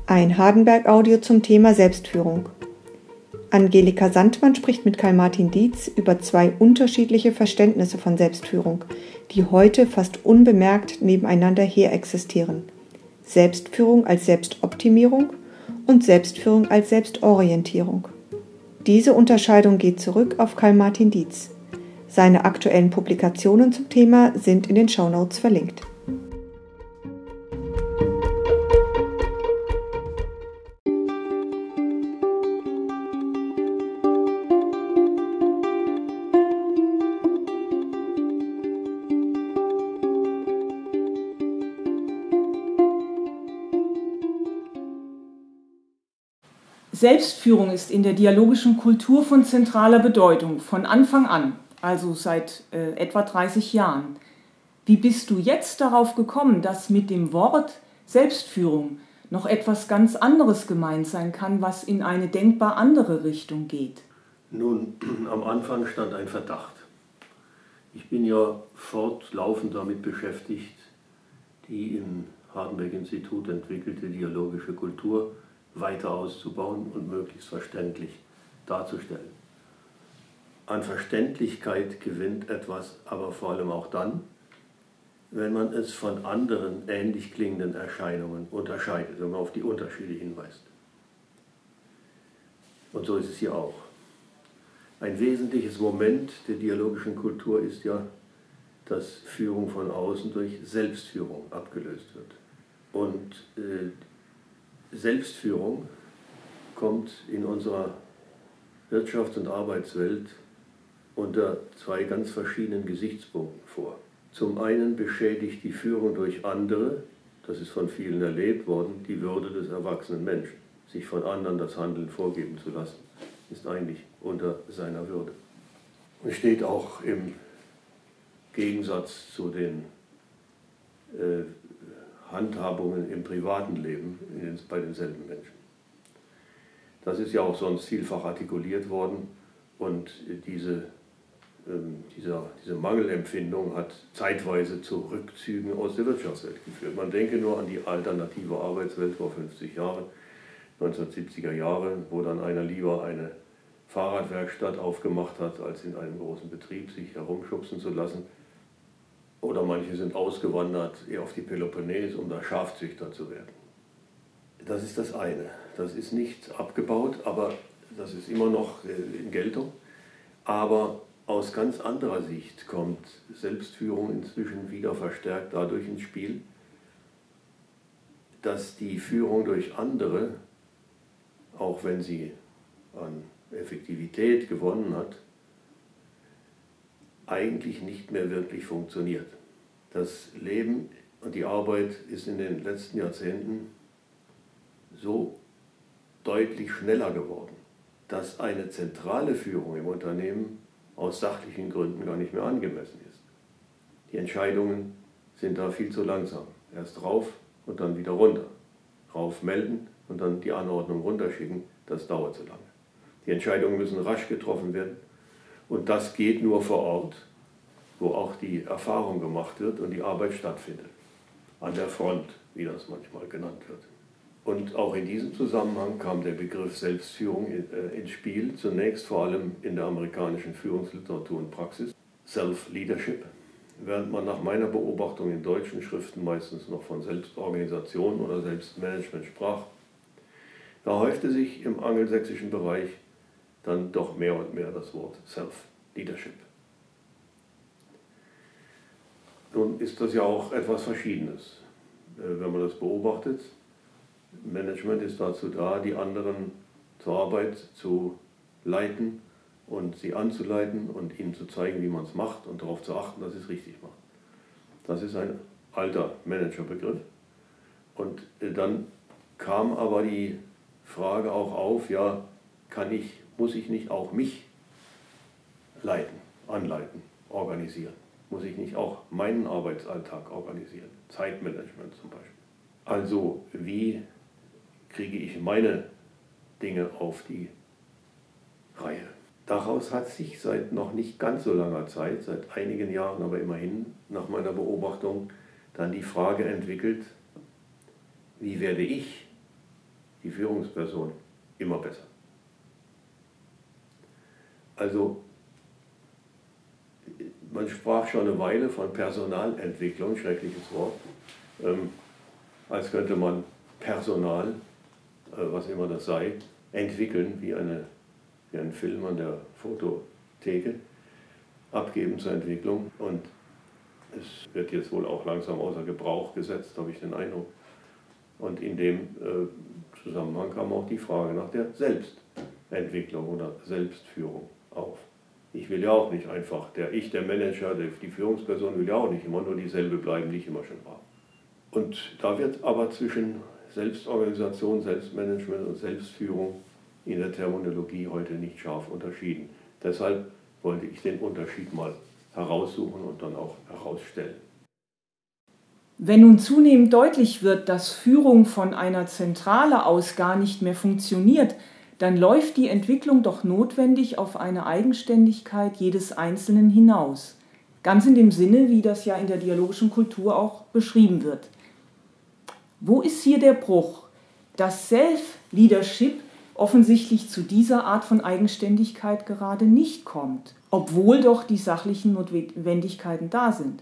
Ein Hardenberg-Audio zum Thema Selbstführung. Angelika Sandmann spricht mit Karl-Martin Dietz über zwei unterschiedliche Verständnisse von Selbstführung, die heute fast unbemerkt nebeneinander her existieren. Selbstführung als Selbstoptimierung und Selbstführung als Selbstorientierung. Diese Unterscheidung geht zurück auf Karl-Martin Dietz. Seine aktuellen Publikationen zum Thema sind in den Shownotes verlinkt. Selbstführung ist in der dialogischen Kultur von zentraler Bedeutung, von Anfang an, also seit etwa 30 Jahren. Wie bist du jetzt darauf gekommen, dass mit dem Wort Selbstführung noch etwas ganz anderes gemeint sein kann, was in eine denkbar andere Richtung geht? Nun, am Anfang stand ein Verdacht. Ich bin ja fortlaufend damit beschäftigt, die im Hardenberg-Institut entwickelte dialogische Kultur weiter auszubauen und möglichst verständlich darzustellen. An Verständlichkeit gewinnt etwas aber vor allem auch dann, wenn man es von anderen ähnlich klingenden Erscheinungen unterscheidet, wenn man auf die Unterschiede hinweist. Und so ist es hier auch. Ein wesentliches Moment der dialogischen Kultur ist ja, dass Führung von außen durch Selbstführung abgelöst wird. Und Selbstführung kommt in unserer Wirtschafts- und Arbeitswelt unter zwei ganz verschiedenen Gesichtspunkten vor. Zum einen beschädigt die Führung durch andere, das ist von vielen erlebt worden, die Würde des erwachsenen Menschen. Sich von anderen das Handeln vorgeben zu lassen, ist eigentlich unter seiner Würde. Und steht auch im Gegensatz zu den Handhabungen im privaten Leben bei denselben Menschen. Das ist ja auch sonst vielfach artikuliert worden und diese Mangelempfindung hat zeitweise zu Rückzügen aus der Wirtschaftswelt geführt. Man denke nur an die alternative Arbeitswelt vor 50 Jahren, 1970er Jahre, wo dann einer lieber eine Fahrradwerkstatt aufgemacht hat, als in einem großen Betrieb sich herumschubsen zu lassen. Oder manche sind ausgewandert eher auf die Peloponnes, um da Schafzüchter zu werden. Das ist das eine. Das ist nicht abgebaut, aber das ist immer noch in Geltung. Aber aus ganz anderer Sicht kommt Selbstführung inzwischen wieder verstärkt dadurch ins Spiel, dass die Führung durch andere, auch wenn sie an Effektivität gewonnen hat, eigentlich nicht mehr wirklich funktioniert. Das Leben und die Arbeit ist in den letzten Jahrzehnten so deutlich schneller geworden, dass eine zentrale Führung im Unternehmen aus sachlichen Gründen gar nicht mehr angemessen ist. Die Entscheidungen sind da viel zu langsam. Erst rauf und dann wieder runter. Rauf melden und dann die Anordnung runterschicken, das dauert zu lange. Die Entscheidungen müssen rasch getroffen werden. Und das geht nur vor Ort, wo auch die Erfahrung gemacht wird und die Arbeit stattfindet. An der Front, wie das manchmal genannt wird. Und auch in diesem Zusammenhang kam der Begriff Selbstführung ins Spiel, zunächst vor allem in der amerikanischen Führungsliteratur und Praxis, Self-Leadership, während man nach meiner Beobachtung in deutschen Schriften meistens noch von Selbstorganisation oder Selbstmanagement sprach. Da häufte sich im angelsächsischen Bereich dann doch mehr und mehr das Wort Self-Leadership. Nun ist das ja auch etwas Verschiedenes, wenn man das beobachtet. Management ist dazu da, die anderen zur Arbeit zu leiten und sie anzuleiten und ihnen zu zeigen, wie man es macht und darauf zu achten, dass sie es richtig macht. Das ist ein alter Managerbegriff. Und dann kam aber die Frage auch auf, ja, muss ich nicht auch mich leiten, anleiten, organisieren? Muss ich nicht auch meinen Arbeitsalltag organisieren? Zeitmanagement zum Beispiel. Also, wie kriege ich meine Dinge auf die Reihe? Daraus hat sich seit noch nicht ganz so langer Zeit, seit einigen Jahren aber immerhin, nach meiner Beobachtung, dann die Frage entwickelt, wie werde ich die Führungsperson immer besser. Also man sprach schon eine Weile von Personalentwicklung, schreckliches Wort, als könnte man Personal, was immer das sei, entwickeln wie ein Film an der Fototheke, abgeben zur Entwicklung. Und es wird jetzt wohl auch langsam außer Gebrauch gesetzt, habe ich den Eindruck. Und in dem Zusammenhang kam auch die Frage nach der Selbstentwicklung oder Selbstführung auf. Ich will ja auch nicht einfach, der Manager, die Führungsperson will ja auch nicht immer nur dieselbe bleiben, die ich immer schon war. Und da wird aber zwischen Selbstorganisation, Selbstmanagement und Selbstführung in der Terminologie heute nicht scharf unterschieden. Deshalb wollte ich den Unterschied mal heraussuchen und dann auch herausstellen. Wenn nun zunehmend deutlich wird, dass Führung von einer Zentrale aus gar nicht mehr funktioniert, dann läuft die Entwicklung doch notwendig auf eine Eigenständigkeit jedes Einzelnen hinaus. Ganz in dem Sinne, wie das ja in der dialogischen Kultur auch beschrieben wird. Wo ist hier der Bruch, dass Self-Leadership offensichtlich zu dieser Art von Eigenständigkeit gerade nicht kommt, obwohl doch die sachlichen Notwendigkeiten da sind?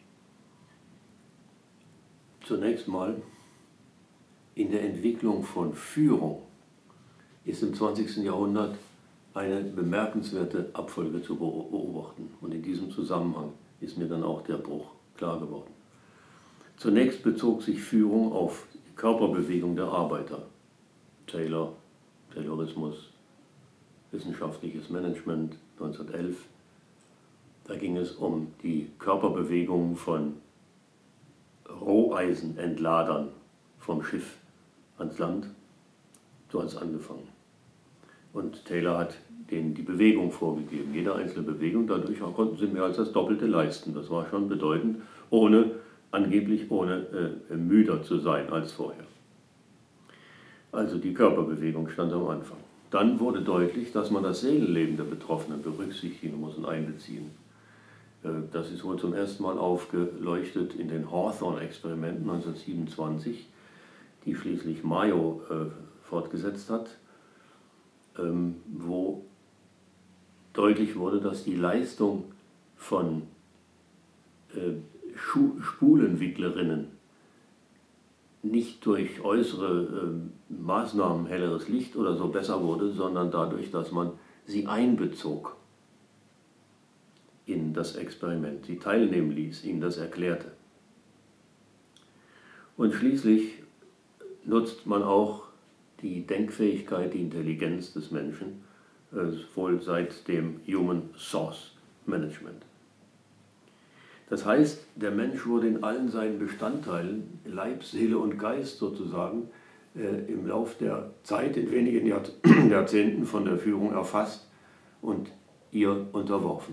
Zunächst mal, in der Entwicklung von Führung ist im 20. Jahrhundert eine bemerkenswerte Abfolge zu beobachten. Und in diesem Zusammenhang ist mir dann auch der Bruch klar geworden. Zunächst bezog sich Führung auf die Körperbewegung der Arbeiter. Taylor, Taylorismus, wissenschaftliches Management 1911. Da ging es um die Körperbewegung von Roheisenentladern vom Schiff ans Land. So hat es angefangen. Und Taylor hat denen die Bewegung vorgegeben, jede einzelne Bewegung. Dadurch konnten sie mehr als das Doppelte leisten. Das war schon bedeutend, angeblich ohne müder zu sein als vorher. Also die Körperbewegung stand am Anfang. Dann wurde deutlich, dass man das Seelenleben der Betroffenen berücksichtigen muss und einbeziehen. Das ist wohl zum ersten Mal aufgeleuchtet in den Hawthorne-Experimenten 1927, die schließlich Mayo fortgesetzt hat, wo deutlich wurde, dass die Leistung von Spulenwicklerinnen nicht durch äußere Maßnahmen, helleres Licht oder so besser wurde, sondern dadurch, dass man sie einbezog in das Experiment, sie teilnehmen ließ, ihnen das erklärte. Und schließlich nutzt man auch die Denkfähigkeit, die Intelligenz des Menschen, wohl seit dem Human Source Management. Das heißt, der Mensch wurde in allen seinen Bestandteilen, Leib, Seele und Geist sozusagen, im Lauf der Zeit, in wenigen Jahrzehnten von der Führung erfasst und ihr unterworfen.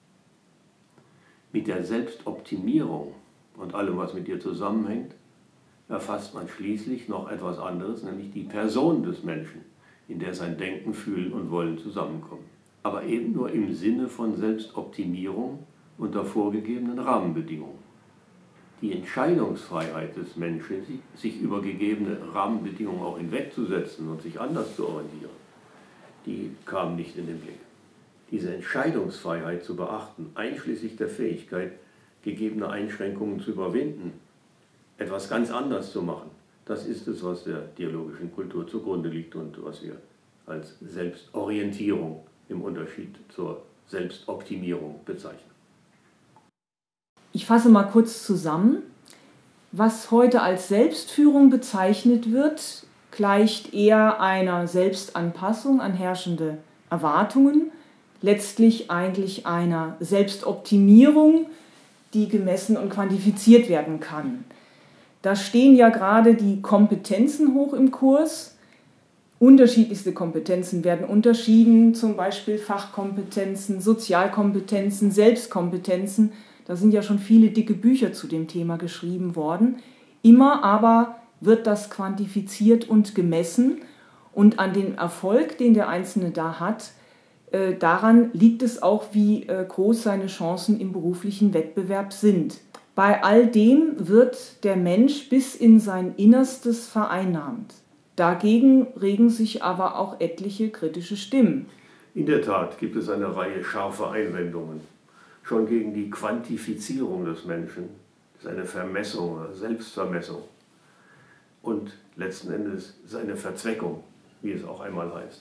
Mit der Selbstoptimierung und allem, was mit ihr zusammenhängt, erfasst man schließlich noch etwas anderes, nämlich die Person des Menschen, in der sein Denken, Fühlen und Wollen zusammenkommen. Aber eben nur im Sinne von Selbstoptimierung unter vorgegebenen Rahmenbedingungen. Die Entscheidungsfreiheit des Menschen, sich über gegebene Rahmenbedingungen auch hinwegzusetzen und sich anders zu orientieren, die kam nicht in den Blick. Diese Entscheidungsfreiheit zu beachten, einschließlich der Fähigkeit, gegebene Einschränkungen zu überwinden, etwas ganz anders zu machen, das ist es, was der dialogischen Kultur zugrunde liegt und was wir als Selbstorientierung im Unterschied zur Selbstoptimierung bezeichnen. Ich fasse mal kurz zusammen. Was heute als Selbstführung bezeichnet wird, gleicht eher einer Selbstanpassung an herrschende Erwartungen, letztlich eigentlich einer Selbstoptimierung, die gemessen und quantifiziert werden kann. Da stehen ja gerade die Kompetenzen hoch im Kurs. Unterschiedlichste Kompetenzen werden unterschieden, zum Beispiel Fachkompetenzen, Sozialkompetenzen, Selbstkompetenzen. Da sind ja schon viele dicke Bücher zu dem Thema geschrieben worden. Immer aber wird das quantifiziert und gemessen und an dem Erfolg, den der Einzelne da hat, daran liegt es auch, wie groß seine Chancen im beruflichen Wettbewerb sind. Bei all dem wird der Mensch bis in sein Innerstes vereinnahmt. Dagegen regen sich aber auch etliche kritische Stimmen. In der Tat gibt es eine Reihe scharfer Einwendungen, schon gegen die Quantifizierung des Menschen, seine Vermessung, Selbstvermessung und letzten Endes seine Verzweckung, wie es auch einmal heißt.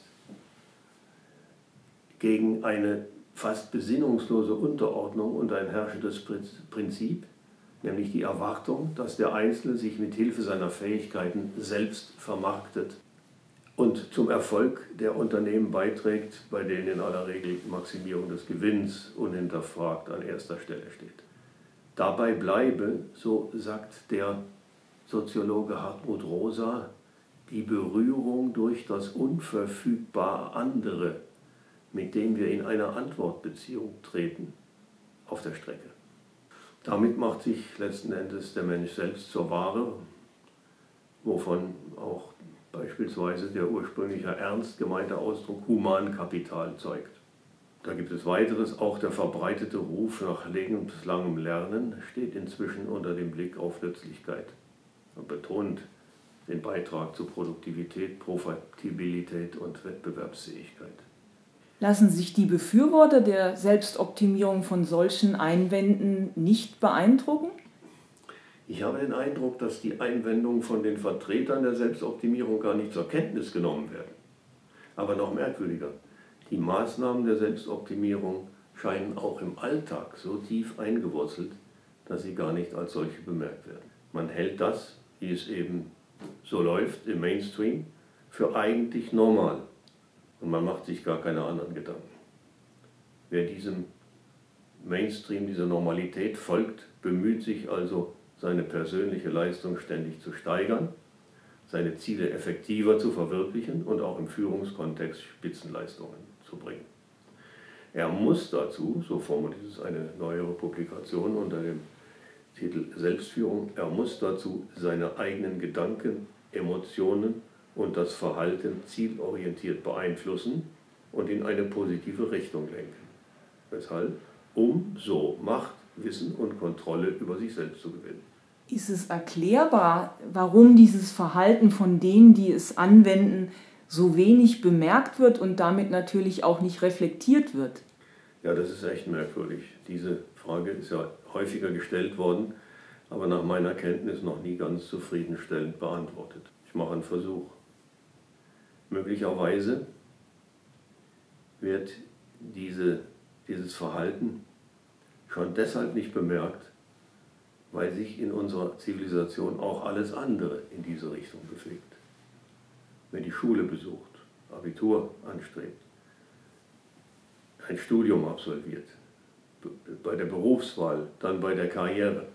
Gegen eine fast besinnungslose Unterordnung und ein herrschendes Prinzip, nämlich die Erwartung, dass der Einzelne sich mit Hilfe seiner Fähigkeiten selbst vermarktet und zum Erfolg der Unternehmen beiträgt, bei denen in aller Regel Maximierung des Gewinns unhinterfragt an erster Stelle steht. Dabei bleibe, so sagt der Soziologe Hartmut Rosa, die Berührung durch das unverfügbar andere, mit dem wir in eine Antwortbeziehung treten, auf der Strecke. Damit macht sich letzten Endes der Mensch selbst zur Ware, wovon auch beispielsweise der ursprünglich ernst gemeinte Ausdruck Humankapital zeugt. Da gibt es weiteres, auch der verbreitete Ruf nach lebenslangem Lernen steht inzwischen unter dem Blick auf Nützlichkeit und betont den Beitrag zu Produktivität, Profitabilität und Wettbewerbsfähigkeit. Lassen sich die Befürworter der Selbstoptimierung von solchen Einwänden nicht beeindrucken? Ich habe den Eindruck, dass die Einwendungen von den Vertretern der Selbstoptimierung gar nicht zur Kenntnis genommen werden. Aber noch merkwürdiger, die Maßnahmen der Selbstoptimierung scheinen auch im Alltag so tief eingewurzelt, dass sie gar nicht als solche bemerkt werden. Man hält das, wie es eben so läuft im Mainstream, für eigentlich normal. Und man macht sich gar keine anderen Gedanken. Wer diesem Mainstream, dieser Normalität folgt, bemüht sich also, seine persönliche Leistung ständig zu steigern, seine Ziele effektiver zu verwirklichen und auch im Führungskontext Spitzenleistungen zu bringen. Er muss dazu, so formuliert es eine neuere Publikation unter dem Titel Selbstführung, er muss dazu seine eigenen Gedanken, Emotionen und das Verhalten zielorientiert beeinflussen und in eine positive Richtung lenken. Weshalb? Um so Macht, Wissen und Kontrolle über sich selbst zu gewinnen. Ist es erklärbar, warum dieses Verhalten von denen, die es anwenden, so wenig bemerkt wird und damit natürlich auch nicht reflektiert wird? Ja, das ist echt merkwürdig. Diese Frage ist ja häufiger gestellt worden, aber nach meiner Kenntnis noch nie ganz zufriedenstellend beantwortet. Ich mache einen Versuch. Möglicherweise wird dieses Verhalten schon deshalb nicht bemerkt, weil sich in unserer Zivilisation auch alles andere in diese Richtung bewegt. Wer die Schule besucht, Abitur anstrebt, ein Studium absolviert, bei der Berufswahl, dann bei der Karriere.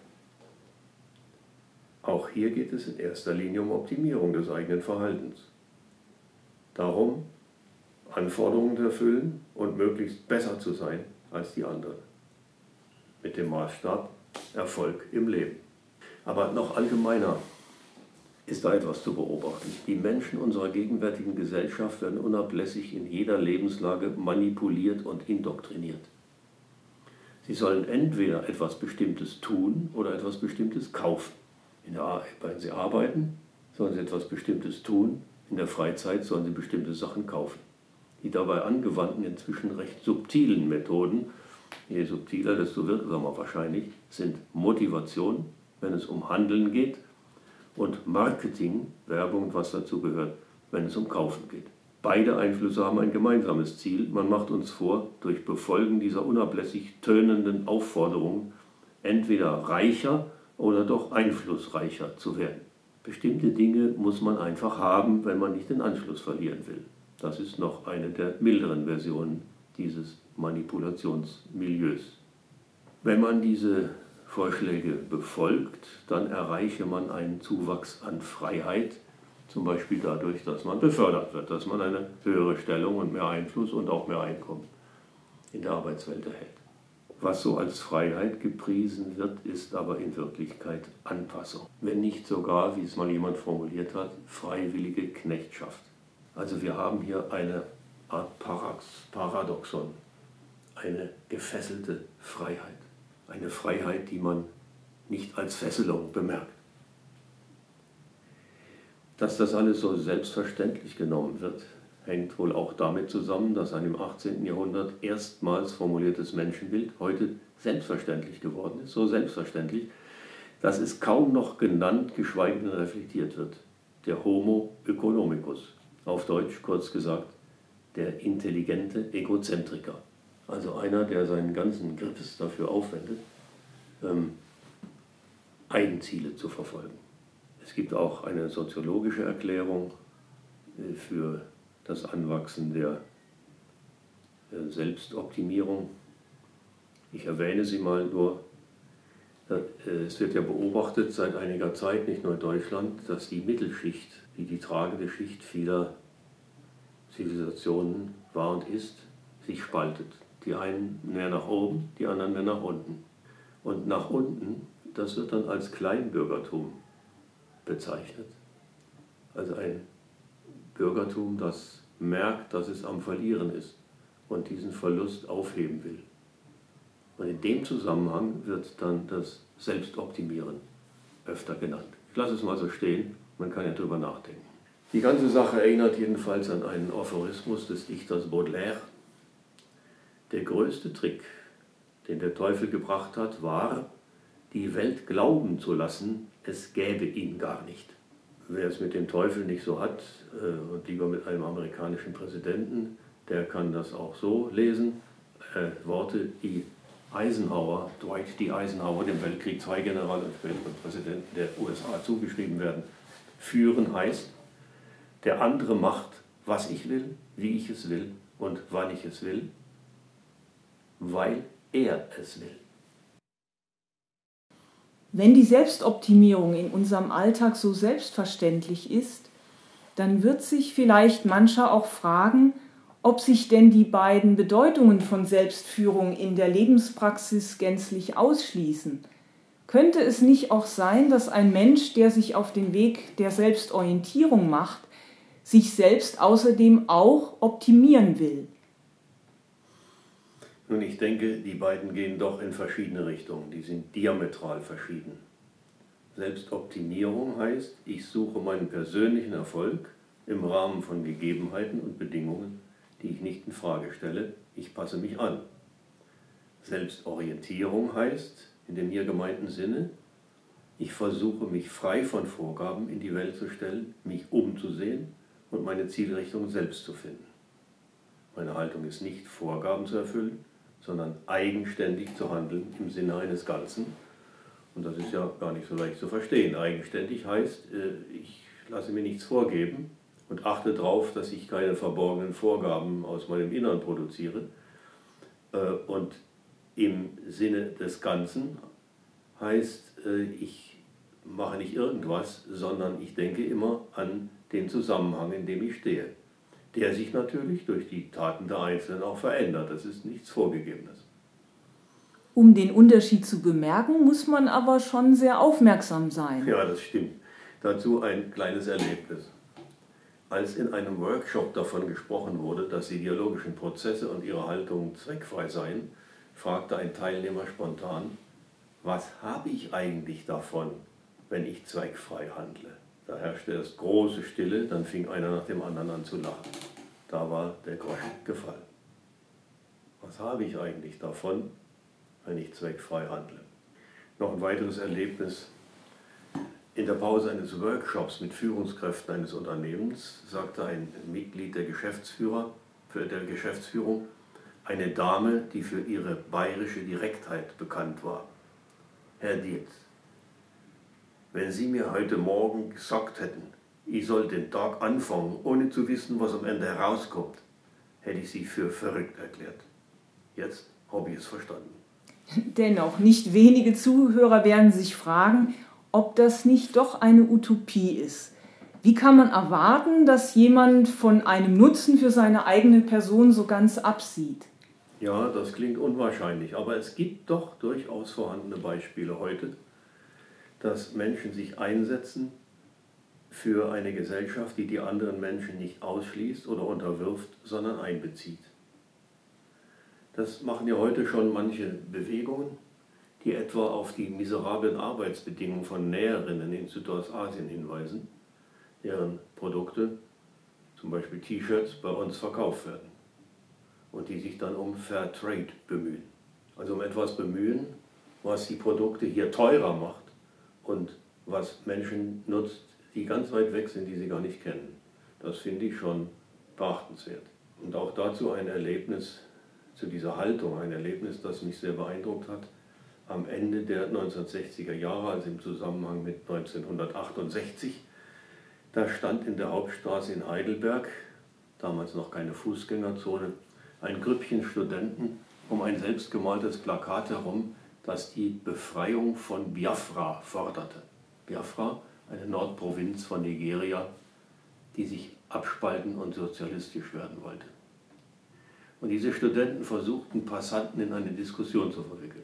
Auch hier geht es in erster Linie um Optimierung des eigenen Verhaltens. Darum, Anforderungen zu erfüllen und möglichst besser zu sein als die anderen. Mit dem Maßstab Erfolg im Leben. Aber noch allgemeiner ist da etwas zu beobachten. Die Menschen unserer gegenwärtigen Gesellschaft werden unablässig in jeder Lebenslage manipuliert und indoktriniert. Sie sollen entweder etwas Bestimmtes tun oder etwas Bestimmtes kaufen. Wenn sie arbeiten, sollen sie etwas Bestimmtes tun. In der Freizeit sollen sie bestimmte Sachen kaufen. Die dabei angewandten, inzwischen recht subtilen Methoden, je subtiler, desto wirksamer wahrscheinlich, sind Motivation, wenn es um Handeln geht, und Marketing, Werbung und was dazu gehört, wenn es um Kaufen geht. Beide Einflüsse haben ein gemeinsames Ziel. Man macht uns vor, durch Befolgen dieser unablässig tönenden Aufforderungen entweder reicher oder doch einflussreicher zu werden. Bestimmte Dinge muss man einfach haben, wenn man nicht den Anschluss verlieren will. Das ist noch eine der milderen Versionen dieses Manipulationsmilieus. Wenn man diese Vorschläge befolgt, dann erreiche man einen Zuwachs an Freiheit, zum Beispiel dadurch, dass man befördert wird, dass man eine höhere Stellung und mehr Einfluss und auch mehr Einkommen in der Arbeitswelt erhält. Was so als Freiheit gepriesen wird, ist aber in Wirklichkeit Anpassung. Wenn nicht sogar, wie es mal jemand formuliert hat, freiwillige Knechtschaft. Also wir haben hier eine Art Paradoxon, eine gefesselte Freiheit. Eine Freiheit, die man nicht als Fesselung bemerkt. Dass das alles so selbstverständlich genommen wird, hängt wohl auch damit zusammen, dass ein im 18. Jahrhundert erstmals formuliertes Menschenbild heute selbstverständlich geworden ist, so selbstverständlich, dass es kaum noch genannt, geschweige denn reflektiert wird. Der Homo economicus, auf Deutsch kurz gesagt, der intelligente Egozentriker. Also einer, der seinen ganzen Grips dafür aufwendet, Eigenziele zu verfolgen. Es gibt auch eine soziologische Erklärung für das Anwachsen der Selbstoptimierung. Ich erwähne sie mal nur. Es wird ja beobachtet seit einiger Zeit, nicht nur in Deutschland, dass die Mittelschicht, die tragende Schicht vieler Zivilisationen war und ist, sich spaltet. Die einen mehr nach oben, die anderen mehr nach unten. Und nach unten, das wird dann als Kleinbürgertum bezeichnet. Also ein Bürgertum, das merkt, dass es am Verlieren ist und diesen Verlust aufheben will. Und in dem Zusammenhang wird dann das Selbstoptimieren öfter genannt. Ich lasse es mal so stehen, man kann ja drüber nachdenken. Die ganze Sache erinnert jedenfalls an einen Aphorismus des Dichters Baudelaire. Der größte Trick, den der Teufel gebracht hat, war, die Welt glauben zu lassen, es gäbe ihn gar nicht. Wer es mit dem Teufel nicht so hat und lieber mit einem amerikanischen Präsidenten, der kann das auch so lesen. Worte, die Eisenhower, Dwight D. Eisenhower, dem Weltkrieg II General und späteren Präsidenten der USA zugeschrieben werden. Führen heißt, der andere macht, was ich will, wie ich es will und wann ich es will, weil er es will. Wenn die Selbstoptimierung in unserem Alltag so selbstverständlich ist, dann wird sich vielleicht mancher auch fragen, ob sich denn die beiden Bedeutungen von Selbstführung in der Lebenspraxis gänzlich ausschließen. Könnte es nicht auch sein, dass ein Mensch, der sich auf den Weg der Selbstorientierung macht, sich selbst außerdem auch optimieren will? Nun, ich denke, die beiden gehen doch in verschiedene Richtungen. Die sind diametral verschieden. Selbstoptimierung heißt, ich suche meinen persönlichen Erfolg im Rahmen von Gegebenheiten und Bedingungen, die ich nicht in Frage stelle. Ich passe mich an. Selbstorientierung heißt, in dem hier gemeinten Sinne, ich versuche mich frei von Vorgaben in die Welt zu stellen, mich umzusehen und meine Zielrichtung selbst zu finden. Meine Haltung ist nicht, Vorgaben zu erfüllen, sondern eigenständig zu handeln im Sinne eines Ganzen. Und das ist ja gar nicht so leicht zu verstehen. Eigenständig heißt, ich lasse mir nichts vorgeben und achte darauf, dass ich keine verborgenen Vorgaben aus meinem Innern produziere. Und im Sinne des Ganzen heißt, ich mache nicht irgendwas, sondern ich denke immer an den Zusammenhang, in dem ich stehe. Der sich natürlich durch die Taten der Einzelnen auch verändert. Das ist nichts Vorgegebenes. Um den Unterschied zu bemerken, muss man aber schon sehr aufmerksam sein. Ja, das stimmt. Dazu ein kleines Erlebnis. Als in einem Workshop davon gesprochen wurde, dass die dialogischen Prozesse und ihre Haltung zweckfrei seien, fragte ein Teilnehmer spontan, was habe ich eigentlich davon, wenn ich zweckfrei handle? Da herrschte erst große Stille, dann fing einer nach dem anderen an zu lachen. Da war der Groschen gefallen. Was habe ich eigentlich davon, wenn ich zweckfrei handle? Noch ein weiteres Erlebnis. In der Pause eines Workshops mit Führungskräften eines Unternehmens sagte ein Mitglied der Geschäftsführung, eine Dame, die für ihre bayerische Direktheit bekannt war: Herr Dietz, wenn Sie mir heute Morgen gesagt hätten, ich soll den Tag anfangen, ohne zu wissen, was am Ende herauskommt, hätte ich Sie für verrückt erklärt. Jetzt habe ich es verstanden. Dennoch, nicht wenige Zuhörer werden sich fragen, ob das nicht doch eine Utopie ist. Wie kann man erwarten, dass jemand von einem Nutzen für seine eigene Person so ganz absieht? Ja, das klingt unwahrscheinlich, aber es gibt doch durchaus vorhandene Beispiele heute, dass Menschen sich einsetzen für eine Gesellschaft, die die anderen Menschen nicht ausschließt oder unterwirft, sondern einbezieht. Das machen ja heute schon manche Bewegungen, die etwa auf die miserablen Arbeitsbedingungen von Näherinnen in Südostasien hinweisen. deren Produkte, zum Beispiel T-Shirts, bei uns verkauft werden und die sich dann um Fairtrade bemühen. Also um etwas bemühen, was die Produkte hier teurer macht und was Menschen nutzt, die ganz weit weg sind, die sie gar nicht kennen. Das finde ich schon beachtenswert. Und auch dazu ein Erlebnis, zu dieser Haltung, ein Erlebnis, das mich sehr beeindruckt hat, am Ende der 1960er Jahre, also im Zusammenhang mit 1968. Da stand in der Hauptstraße in Heidelberg, damals noch keine Fußgängerzone, ein Grüppchen Studenten um ein selbstgemaltes Plakat herum, das die Befreiung von Biafra forderte. Biafra, eine Nordprovinz von Nigeria, die sich abspalten und sozialistisch werden wollte. Und diese Studenten versuchten, Passanten in eine Diskussion zu verwickeln.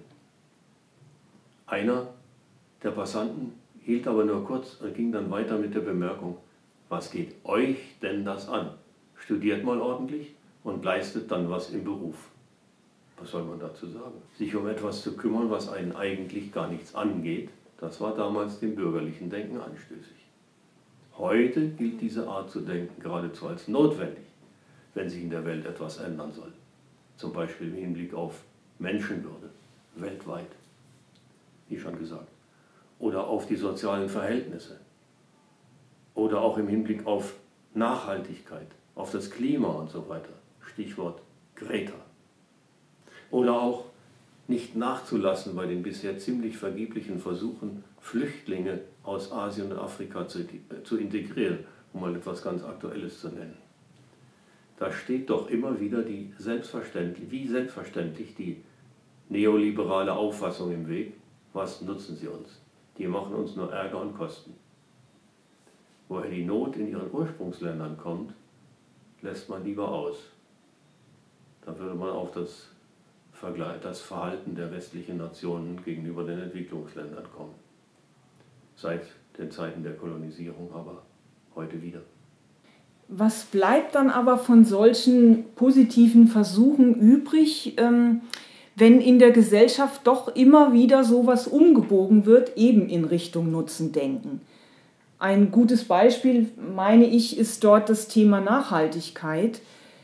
Einer der Passanten hielt aber nur kurz und ging dann weiter mit der Bemerkung: Was geht euch denn das an? Studiert mal ordentlich und leistet dann was im Beruf. Was soll man dazu sagen? Sich um etwas zu kümmern, was einen eigentlich gar nichts angeht, das war damals dem bürgerlichen Denken anstößig. Heute gilt diese Art zu denken geradezu als notwendig, wenn sich in der Welt etwas ändern soll. Zum Beispiel im Hinblick auf Menschenwürde, weltweit, wie schon gesagt. Oder auf die sozialen Verhältnisse. Oder auch im Hinblick auf Nachhaltigkeit, auf das Klima und so weiter. Stichwort Greta. Oder auch nicht nachzulassen bei den bisher ziemlich vergeblichen Versuchen, Flüchtlinge aus Asien und Afrika zu integrieren, um mal etwas ganz Aktuelles zu nennen. Da steht doch immer wieder wie selbstverständlich die neoliberale Auffassung im Weg: Was nutzen sie uns? Die machen uns nur Ärger und Kosten. Woher die Not in ihren Ursprungsländern kommt, lässt man lieber aus. Da würde man auf das Verhalten der westlichen Nationen gegenüber den Entwicklungsländern kommen. Seit den Zeiten der Kolonisierung, aber heute wieder. Was bleibt dann aber von solchen positiven Versuchen übrig, wenn in der Gesellschaft doch immer wieder sowas umgebogen wird, eben in Richtung Nutzendenken? Ein gutes Beispiel, meine ich, ist dort das Thema Nachhaltigkeit.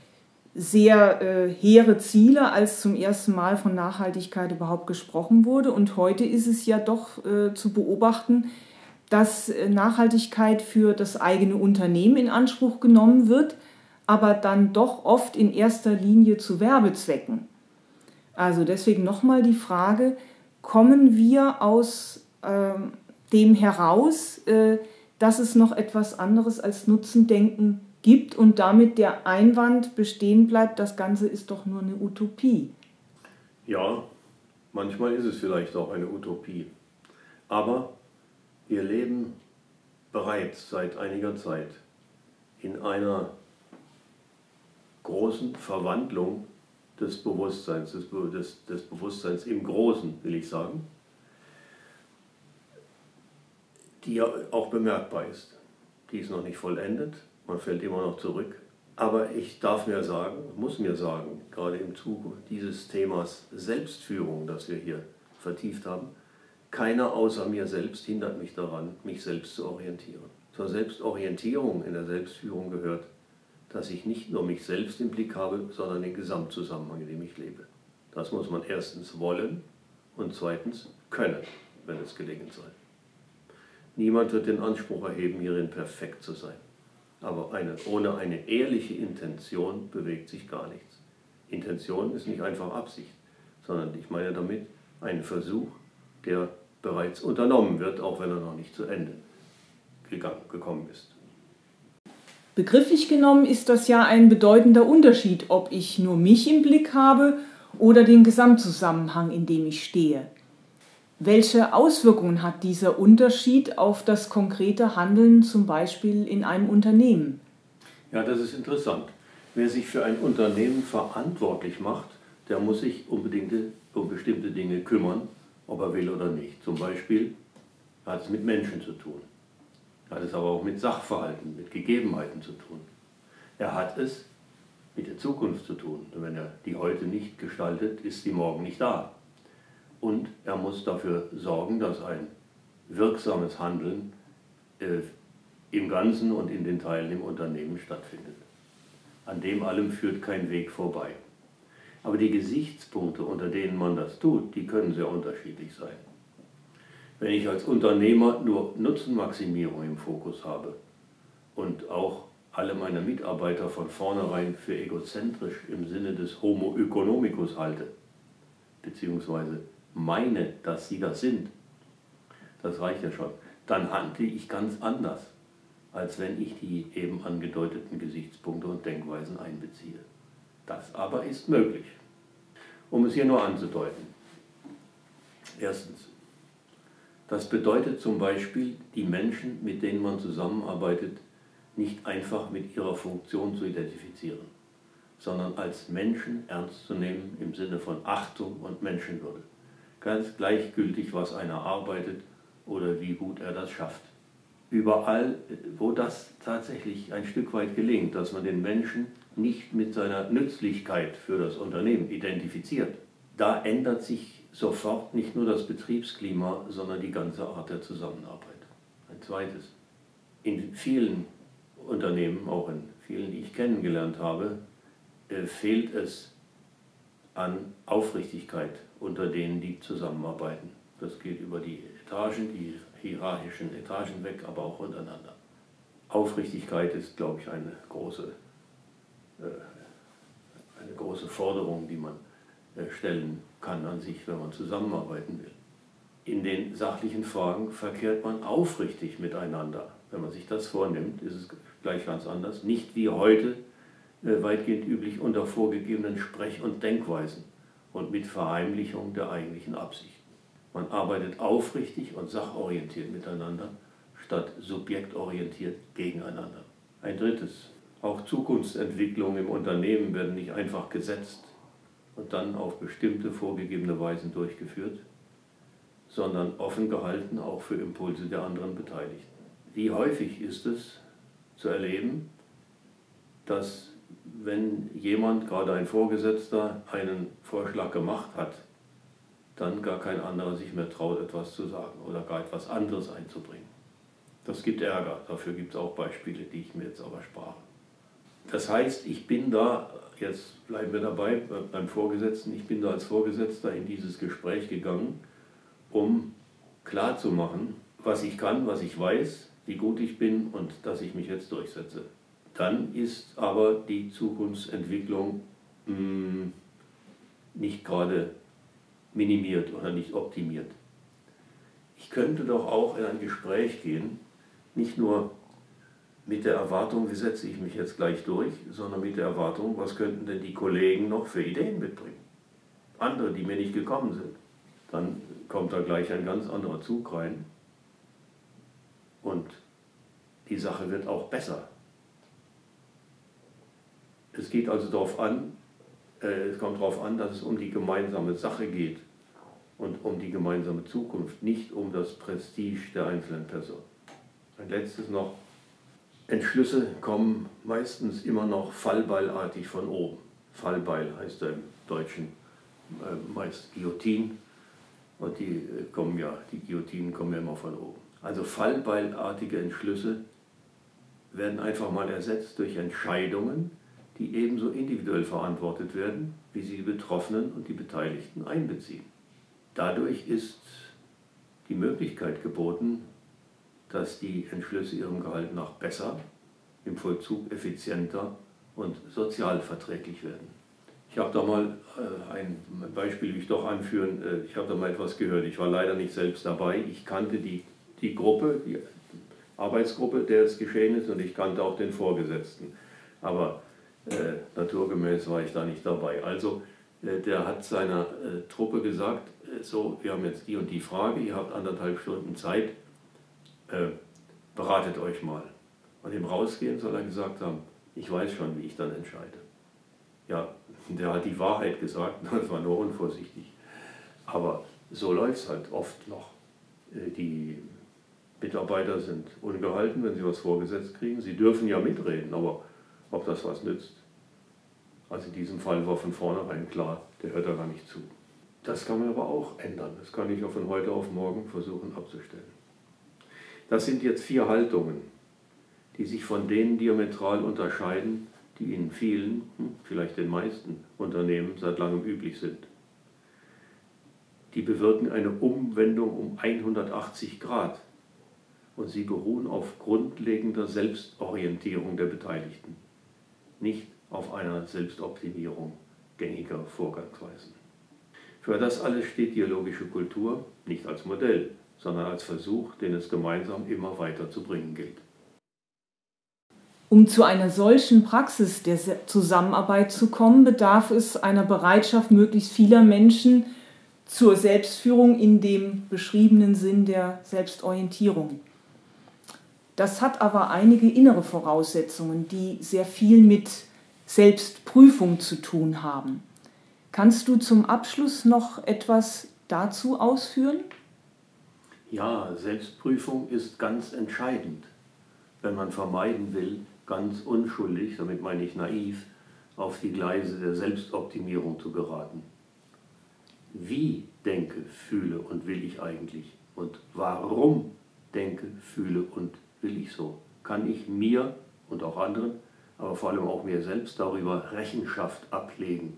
Sehr hehre Ziele, als zum ersten Mal von Nachhaltigkeit überhaupt gesprochen wurde. Und heute ist es ja doch zu beobachten, dass Nachhaltigkeit für das eigene Unternehmen in Anspruch genommen wird, aber dann doch oft in erster Linie zu Werbezwecken. Also deswegen nochmal die Frage: Kommen wir aus dem heraus, dass es noch etwas anderes als Nutzendenken gibt und damit der Einwand bestehen bleibt, das Ganze ist doch nur eine Utopie? Ja, manchmal ist es vielleicht auch eine Utopie. Aber wir leben bereits seit einiger Zeit in einer großen Verwandlung des Bewusstseins, des Bewusstseins im Großen, will ich sagen, die ja auch bemerkbar ist. Die ist noch nicht vollendet, man fällt immer noch zurück. Aber ich muss mir sagen, gerade im Zuge dieses Themas Selbstführung, das wir hier vertieft haben, keiner außer mir selbst hindert mich daran, mich selbst zu orientieren. Zur Selbstorientierung in der Selbstführung gehört, dass ich nicht nur mich selbst im Blick habe, sondern den Gesamtzusammenhang, in dem ich lebe. Das muss man erstens wollen und zweitens können, wenn es gelingen soll. Niemand wird den Anspruch erheben, hierin perfekt zu sein. Aber ohne eine ehrliche Intention bewegt sich gar nichts. Intention ist nicht einfach Absicht, sondern ich meine damit einen Versuch, der bereits unternommen wird, auch wenn er noch nicht zu Ende gekommen ist. Begrifflich genommen ist das ja ein bedeutender Unterschied, ob ich nur mich im Blick habe oder den Gesamtzusammenhang, in dem ich stehe. Welche Auswirkungen hat dieser Unterschied auf das konkrete Handeln, zum Beispiel in einem Unternehmen? Ja, das ist interessant. Wer sich für ein Unternehmen verantwortlich macht, der muss sich unbedingt um bestimmte Dinge kümmern, ob er will oder nicht. Zum Beispiel hat es mit Menschen zu tun. Hat es aber auch mit Sachverhalten, mit Gegebenheiten zu tun. Er hat es mit der Zukunft zu tun. Und wenn er die heute nicht gestaltet, ist die morgen nicht da. Und er muss dafür sorgen, dass ein wirksames Handeln im Ganzen und in den Teilen im Unternehmen stattfindet. An dem allem führt kein Weg vorbei. Aber die Gesichtspunkte, unter denen man das tut, die können sehr unterschiedlich sein. Wenn ich als Unternehmer nur Nutzenmaximierung im Fokus habe und auch alle meine Mitarbeiter von vornherein für egozentrisch im Sinne des Homo economicus halte, beziehungsweise meine, dass sie das sind, das reicht ja schon, dann handle ich ganz anders, als wenn ich die eben angedeuteten Gesichtspunkte und Denkweisen einbeziehe. Das aber ist möglich. Um es hier nur anzudeuten. Erstens, das bedeutet zum Beispiel, die Menschen, mit denen man zusammenarbeitet, nicht einfach mit ihrer Funktion zu identifizieren, sondern als Menschen ernst zu nehmen im Sinne von Achtung und Menschenwürde. Ganz gleichgültig, was einer arbeitet oder wie gut er das schafft. Überall, wo das tatsächlich ein Stück weit gelingt, dass man den Menschen nicht mit seiner Nützlichkeit für das Unternehmen identifiziert, da ändert sich sofort nicht nur das Betriebsklima, sondern die ganze Art der Zusammenarbeit. Ein zweites, in vielen Unternehmen, auch in vielen, die ich kennengelernt habe, fehlt es an Aufrichtigkeit unter denen, die zusammenarbeiten. Das geht über die Etagen, die hierarchischen Etagen weg, aber auch untereinander. Aufrichtigkeit ist, glaube ich, eine große Forderung, die man stellen kann an sich, wenn man zusammenarbeiten will. In den sachlichen Fragen verkehrt man aufrichtig miteinander. Wenn man sich das vornimmt, ist es gleich ganz anders. Nicht wie heute weitgehend üblich unter vorgegebenen Sprech- und Denkweisen und mit Verheimlichung der eigentlichen Absichten. Man arbeitet aufrichtig und sachorientiert miteinander, statt subjektorientiert gegeneinander. Ein drittes, auch Zukunftsentwicklungen im Unternehmen werden nicht einfach gesetzt und dann auf bestimmte vorgegebene Weisen durchgeführt, sondern offen gehalten auch für Impulse der anderen Beteiligten. Wie häufig ist es zu erleben, dass wenn jemand, gerade ein Vorgesetzter, einen Vorschlag gemacht hat, dann gar kein anderer sich mehr traut, etwas zu sagen oder gar etwas anderes einzubringen. Das gibt Ärger, dafür gibt es auch Beispiele, die ich mir jetzt aber spare. Das heißt, ich bin da, jetzt bleiben wir dabei, beim Vorgesetzten, ich bin da als Vorgesetzter in dieses Gespräch gegangen, um klarzumachen, was ich kann, was ich weiß, wie gut ich bin und dass ich mich jetzt durchsetze. Dann ist aber die Zukunftsentwicklung nicht gerade minimiert oder nicht optimiert. Ich könnte doch auch in ein Gespräch gehen, nicht nur mit der Erwartung, wie setze ich mich jetzt gleich durch, sondern mit der Erwartung, was könnten denn die Kollegen noch für Ideen mitbringen? Andere, die mir nicht gekommen sind. Dann kommt da gleich ein ganz anderer Zug rein und die Sache wird auch besser. Es geht also darauf an, es kommt darauf an, dass es um die gemeinsame Sache geht und um die gemeinsame Zukunft, nicht um das Prestige der einzelnen Person. Ein letztes noch. Entschlüsse kommen meistens immer noch fallbeilartig von oben. Fallbeil heißt im Deutschen meist Guillotine und die Guillotinen kommen ja immer von oben. Also fallbeilartige Entschlüsse werden einfach mal ersetzt durch Entscheidungen, die ebenso individuell verantwortet werden, wie sie die Betroffenen und die Beteiligten einbeziehen. Dadurch ist die Möglichkeit geboten, dass die Entschlüsse ihrem Gehalt nach besser, im Vollzug effizienter und sozial verträglich werden. Ich habe da mal ein Beispiel, will ich doch anführen, ich habe da mal etwas gehört, ich war leider nicht selbst dabei, ich kannte die Gruppe, die Arbeitsgruppe, der es geschehen ist, und ich kannte auch den Vorgesetzten, aber naturgemäß war ich da nicht dabei. Also der hat seiner Truppe gesagt, so, wir haben jetzt die und die Frage, ihr habt 1,5 Stunden Zeit, beratet euch mal. Und im Rausgehen soll er gesagt haben, ich weiß schon, wie ich dann entscheide. Ja, der hat die Wahrheit gesagt, das war nur unvorsichtig. Aber so läuft es halt oft noch. Die Mitarbeiter sind ungehalten, wenn sie was vorgesetzt kriegen. Sie dürfen ja mitreden, aber ob das was nützt. Also in diesem Fall war von vornherein klar, der hört da gar nicht zu. Das kann man aber auch ändern. Das kann ich auch von heute auf morgen versuchen abzustellen. Das sind jetzt 4 Haltungen. die sich von denen diametral unterscheiden, die in vielen, vielleicht den meisten Unternehmen seit langem üblich sind. Die bewirken eine Umwendung um 180 Grad und sie beruhen auf grundlegender Selbstorientierung der Beteiligten, nicht auf einer Selbstoptimierung gängiger Vorgangsweisen. Für das alles steht dialogische Kultur nicht als Modell, sondern als Versuch, den es gemeinsam immer weiter zu bringen gilt. Um zu einer solchen Praxis der Zusammenarbeit zu kommen, bedarf es einer Bereitschaft möglichst vieler Menschen zur Selbstführung in dem beschriebenen Sinn der Selbstorientierung. Das hat aber einige innere Voraussetzungen, die sehr viel mit Selbstprüfung zu tun haben. Kannst du zum Abschluss noch etwas dazu ausführen? Ja, Selbstprüfung ist ganz entscheidend, wenn man vermeiden will, ganz unschuldig, damit meine ich naiv, auf die Gleise der Selbstoptimierung zu geraten. Wie denke, fühle und will ich eigentlich? Und warum denke, fühle und will ich so? Kann ich mir und auch anderen, aber vor allem auch mir selbst darüber Rechenschaft ablegen?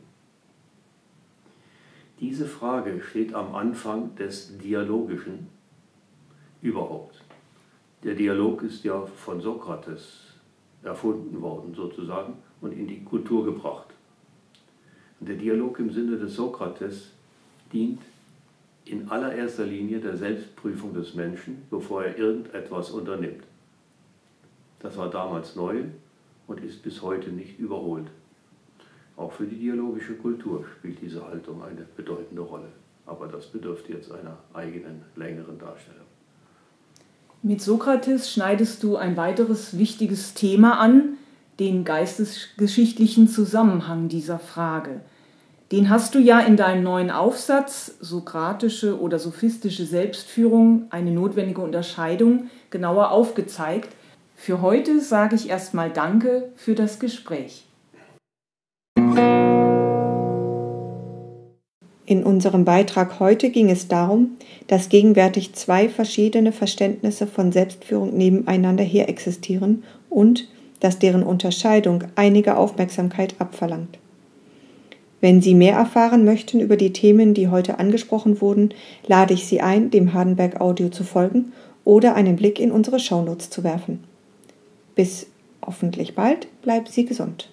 Diese Frage steht am Anfang des Dialogischen überhaupt. Der Dialog ist ja von Sokrates erfunden worden sozusagen und in die Kultur gebracht. Und der Dialog im Sinne des Sokrates dient in allererster Linie der Selbstprüfung des Menschen, bevor er irgendetwas unternimmt. Das war damals neu und ist bis heute nicht überholt. Auch für die dialogische Kultur spielt diese Haltung eine bedeutende Rolle. Aber das bedürfte jetzt einer eigenen, längeren Darstellung. Mit Sokrates schneidest du ein weiteres wichtiges Thema an, den geistesgeschichtlichen Zusammenhang dieser Frage. Den hast du ja in deinem neuen Aufsatz Sokratische oder sophistische Selbstführung, eine notwendige Unterscheidung, genauer aufgezeigt. Für heute sage ich erstmal Danke für das Gespräch. In unserem Beitrag heute ging es darum, dass gegenwärtig zwei verschiedene Verständnisse von Selbstführung nebeneinander her existieren und dass deren Unterscheidung einige Aufmerksamkeit abverlangt. Wenn Sie mehr erfahren möchten über die Themen, die heute angesprochen wurden, lade ich Sie ein, dem Hardenberg Audio zu folgen oder einen Blick in unsere Shownotes zu werfen. Bis hoffentlich bald, bleiben Sie gesund.